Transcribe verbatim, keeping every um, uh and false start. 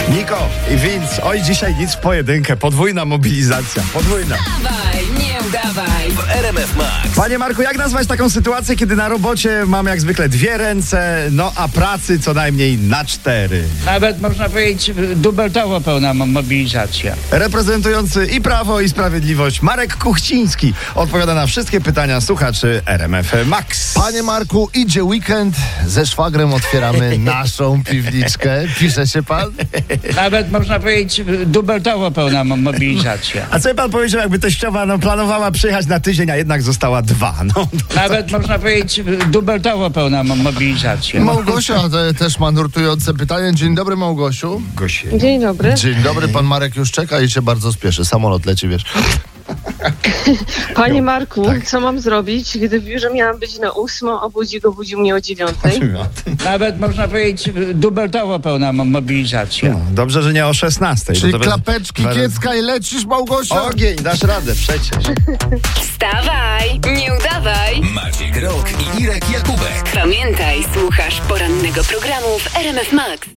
Niko i Vince, oj dzisiaj nic w pojedynkę, podwójna mobilizacja, podwójna. Dawaj, nie udawaj. W R M F Max. Panie Marku, jak nazwać taką sytuację, kiedy na robocie mam jak zwykle dwie ręce, no a pracy co najmniej na cztery? Nawet można powiedzieć dubeltowo pełna mo- mobilizacja. Reprezentujący i Prawo i Sprawiedliwość Marek Kuchciński odpowiada na wszystkie pytania słuchaczy R M F Max. Panie Marku, idzie weekend, ze szwagrem otwieramy naszą piwniczkę. Pisze się pan? Nawet można powiedzieć dubeltowo pełna mo- mobilizacja. A co by pan powiedział, jakby teściowa no, planowała przyjechać na tydzień, a jednak została dwa? No, Nawet można powiedzieć dubeltowo pełna mo- mobilizacja. Małgosia te, też ma nurtujące pytanie. Dzień dobry, Małgosiu. Gosie. Dzień dobry. Dzień dobry, pan Marek już czeka i się bardzo spieszy. Samolot leci, wiesz. Panie Marku, co mam zrobić, gdy w biurze miałam być na ósmą, a budzik obudził mnie o dziewiątej? Nawet można powiedzieć dubeltowo pełna mo- mobilizacja. No, dobrze, że nie o szesnastej. Czyli bo to będzie- klapeczki, kiecka i lecisz, Małgosia? Ogień, dasz radę przecież. Wstawaj, nie udawaj. Maciek Rok i Irek Jakubek. Pamiętaj, słuchasz porannego programu w R M F Max.